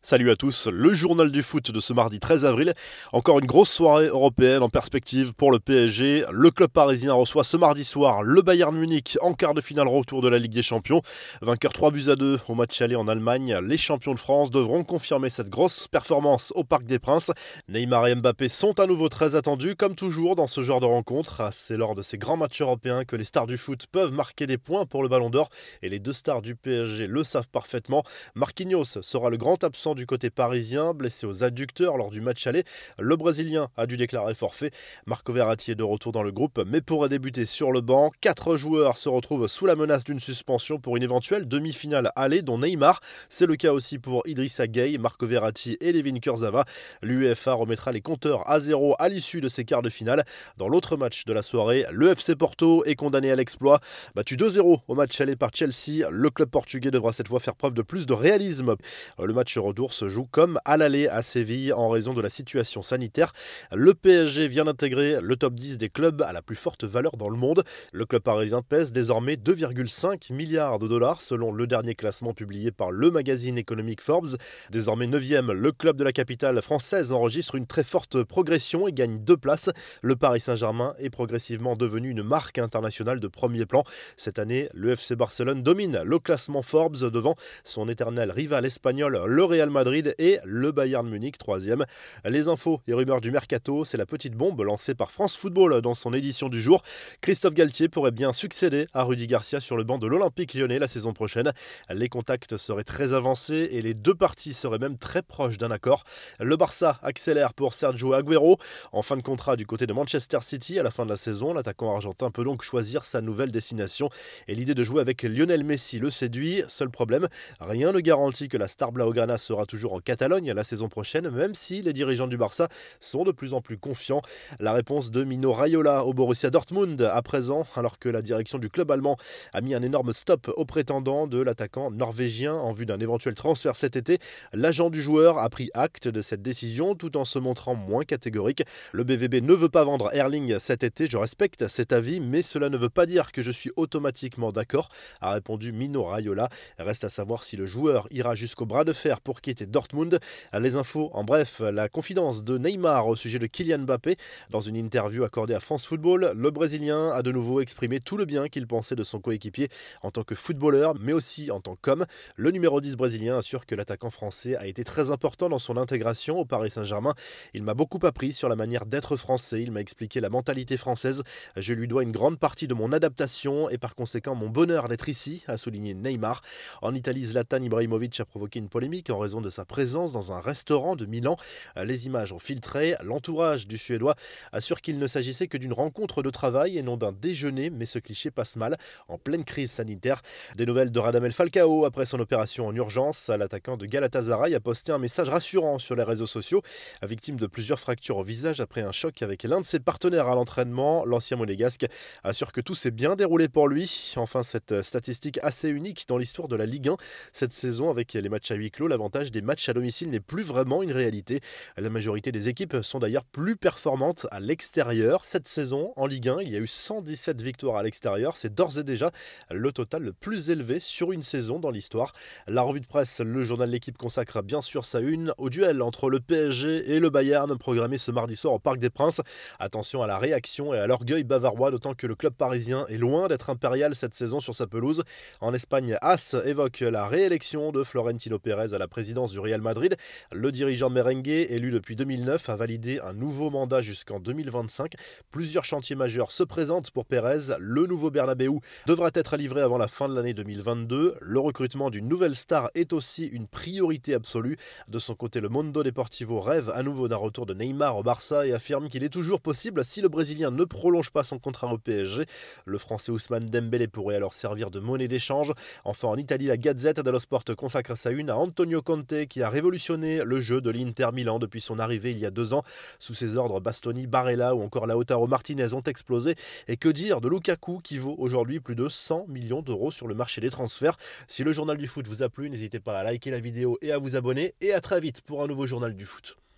Salut à tous, le journal du foot de ce mardi 13 avril. Encore une grosse soirée européenne en perspective pour le PSG. Le club parisien reçoit ce mardi soir le Bayern Munich en quart de finale retour de la Ligue des Champions. Vainqueur 3-2 au match aller en Allemagne, les champions de France devront confirmer cette grosse performance au Parc des Princes. Neymar et Mbappé sont à nouveau très attendus, comme toujours dans ce genre de rencontre. C'est lors de ces grands matchs européens que les stars du foot peuvent marquer des points pour le Ballon d'Or. Et les deux stars du PSG le savent parfaitement. Marquinhos sera le grand absent du côté parisien, blessé aux adducteurs lors du match aller. Le Brésilien a dû déclarer forfait. Marco Verratti est de retour dans le groupe, mais pourrait débuter sur le banc. 4 joueurs se retrouvent sous la menace d'une suspension pour une éventuelle demi-finale aller, dont Neymar. C'est le cas aussi pour Idrissa Gueye, Marco Verratti et Layvin Kurzawa. L'UEFA remettra les compteurs à zéro à l'issue de ces quarts de finale. Dans l'autre match de la soirée, le FC Porto est condamné à l'exploit. Battu 2-0 au match aller par Chelsea, le club portugais devra cette fois faire preuve de plus de réalisme. Le match retour se joue comme à l'aller à Séville en raison de la situation sanitaire. Le PSG vient d'intégrer le top 10 des clubs à la plus forte valeur dans le monde. Le club parisien pèse désormais 2,5 milliards de dollars selon le dernier classement publié par le magazine économique Forbes. Désormais 9e, le club de la capitale française enregistre une très forte progression et gagne 2 places. Le Paris Saint-Germain est progressivement devenu une marque internationale de premier plan. Cette année, le FC Barcelone domine le classement Forbes devant son éternel rival espagnol, le Real Madrid, et le Bayern Munich, 3e. Les infos et rumeurs du mercato, c'est la petite bombe lancée par France Football dans son édition du jour. Christophe Galtier pourrait bien succéder à Rudy Garcia sur le banc de l'Olympique Lyonnais la saison prochaine. Les contacts seraient très avancés et les deux parties seraient même très proches d'un accord. Le Barça accélère pour Sergio Agüero. En fin de contrat du côté de Manchester City à la fin de la saison, l'attaquant argentin peut donc choisir sa nouvelle destination. Et l'idée de jouer avec Lionel Messi le séduit. Seul problème, rien ne garantit que la star blaugrana sera toujours en Catalogne la saison prochaine, même si les dirigeants du Barça sont de plus en plus confiants. La réponse de Mino Raiola au Borussia Dortmund à présent, alors que la direction du club allemand a mis un énorme stop aux prétendants de l'attaquant norvégien en vue d'un éventuel transfert cet été. L'agent du joueur a pris acte de cette décision tout en se montrant moins catégorique. Le BVB ne veut pas vendre Erling cet été, je respecte cet avis, mais cela ne veut pas dire que je suis automatiquement d'accord, a répondu Mino Raiola. Reste à savoir si le joueur ira jusqu'au bras de fer pour quitter Dortmund. Les infos, en bref, la confidence de Neymar au sujet de Kylian Mbappé. Dans une interview accordée à France Football, le Brésilien a de nouveau exprimé tout le bien qu'il pensait de son coéquipier en tant que footballeur, mais aussi en tant qu'homme. Le numéro 10 brésilien assure que l'attaquant français a été très important dans son intégration au Paris Saint-Germain. Il m'a beaucoup appris sur la manière d'être français, il m'a expliqué la mentalité française. Je lui dois une grande partie de mon adaptation et par conséquent mon bonheur d'être ici, a souligné Neymar. En Italie, Zlatan Ibrahimovic a provoqué une polémique en raison de sa présence dans un restaurant de Milan. Les images ont filtré. L'entourage du Suédois assure qu'il ne s'agissait que d'une rencontre de travail et non d'un déjeuner, mais ce cliché passe mal en pleine crise sanitaire. Des nouvelles de Radamel Falcao après son opération en urgence. L'attaquant de Galatasaray a posté un message rassurant sur les réseaux sociaux. Victime de plusieurs fractures au visage après un choc avec l'un de ses partenaires à l'entraînement, l'ancien monégasque assure que tout s'est bien déroulé pour lui. Enfin, cette statistique assez unique dans l'histoire de la Ligue 1 cette saison avec les matchs à huis clos, l'avantage des matchs à domicile n'est plus vraiment une réalité. La majorité des équipes sont d'ailleurs plus performantes à l'extérieur. Cette saison, en Ligue 1, il y a eu 117 victoires à l'extérieur. C'est d'ores et déjà le total le plus élevé sur une saison dans l'histoire. La revue de presse, le journal L'Équipe consacre bien sûr sa une au duel entre le PSG et le Bayern programmé ce mardi soir au Parc des Princes. Attention à la réaction et à l'orgueil bavarois, d'autant que le club parisien est loin d'être impérial cette saison sur sa pelouse. En Espagne, AS évoque la réélection de Florentino Pérez à la présidence du Real Madrid. Le dirigeant merengue, élu depuis 2009, a validé un nouveau mandat jusqu'en 2025. Plusieurs chantiers majeurs se présentent pour Pérez. Le nouveau Bernabéu devra être livré avant la fin de l'année 2022. Le recrutement d'une nouvelle star est aussi une priorité absolue. De son côté, le Mundo Deportivo rêve à nouveau d'un retour de Neymar au Barça et affirme qu'il est toujours possible si le Brésilien ne prolonge pas son contrat au PSG. Le Français Ousmane Dembélé pourrait alors servir de monnaie d'échange. Enfin, en Italie, la Gazette dello Sport consacre sa une à Antonio Conte qui a révolutionné le jeu de l'Inter Milan depuis son arrivée il y a 2 ans. Sous ses ordres, Bastoni, Barella ou encore Lautaro Martinez ont explosé. Et que dire de Lukaku qui vaut aujourd'hui plus de 100 millions d'euros sur le marché des transferts. Si le journal du foot vous a plu, n'hésitez pas à liker la vidéo et à vous abonner. Et à très vite pour un nouveau journal du foot.